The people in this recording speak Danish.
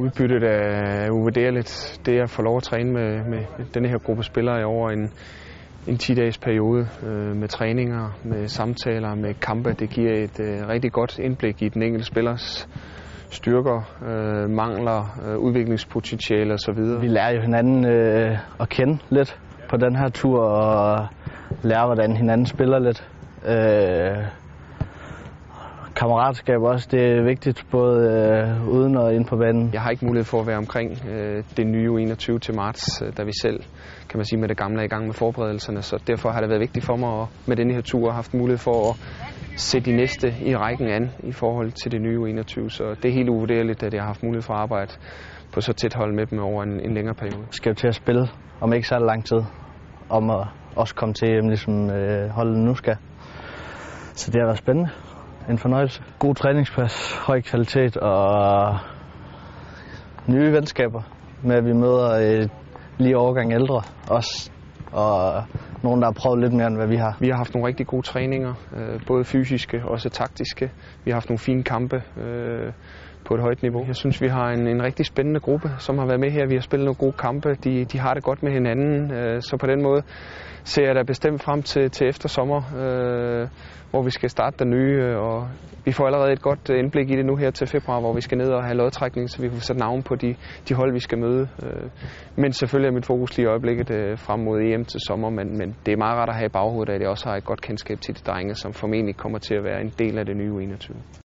Udbyttet er uvurderligt. Det at få lov at træne med denne her gruppe spillere over en 10-dages periode med træninger, med samtaler, med kampe, det giver et rigtig godt indblik i den enkelte spillers styrker, mangler, udviklingspotentiale osv. Vi lærer jo hinanden at kende lidt på den her tur og lærer, hvordan hinanden spiller lidt. Kammeratskab også, det er vigtigt, både uden og inde på banen. Jeg har ikke mulighed for at være omkring det nye U21 til marts, da vi selv, kan man sige, med det gamle er i gang med forberedelserne. Så derfor har det været vigtigt for mig med denne her tur at have haft mulighed for at se de næste i rækken an i forhold til det nye U21. Så det er helt uvurderligt, at jeg har haft mulighed for at arbejde på så tæt hold med dem over en længere periode. Jeg skal jo til at spille om ikke så lang tid, om at også komme til EM, ligesom holdet nu skal. Så det har været spændende. En fornøjelse. God træningspas, høj kvalitet og nye venskaber med, at vi møder lige overgang ældre også, og nogen, der har prøvet lidt mere, end hvad vi har. Vi har haft nogle rigtig gode træninger, både fysiske og også taktiske. Vi har haft nogle fine kampe på et højt niveau. Jeg synes, vi har en rigtig spændende gruppe, som har været med her. Vi har spillet nogle gode kampe. De har det godt med hinanden, så på den måde ser jeg da bestemt frem til efter sommer, hvor vi skal starte den nye, og vi får allerede et godt indblik i det nu her til februar, hvor vi skal ned og have lodtrækning, så vi får sat navn på de hold, vi skal møde. Men selvfølgelig er mit fokus lige i øjeblikket frem mod EM til sommer, men det er meget rart at have i baghovedet, at jeg også har et godt kendskab til de drenge, som formentlig kommer til at være en del af det nye U21.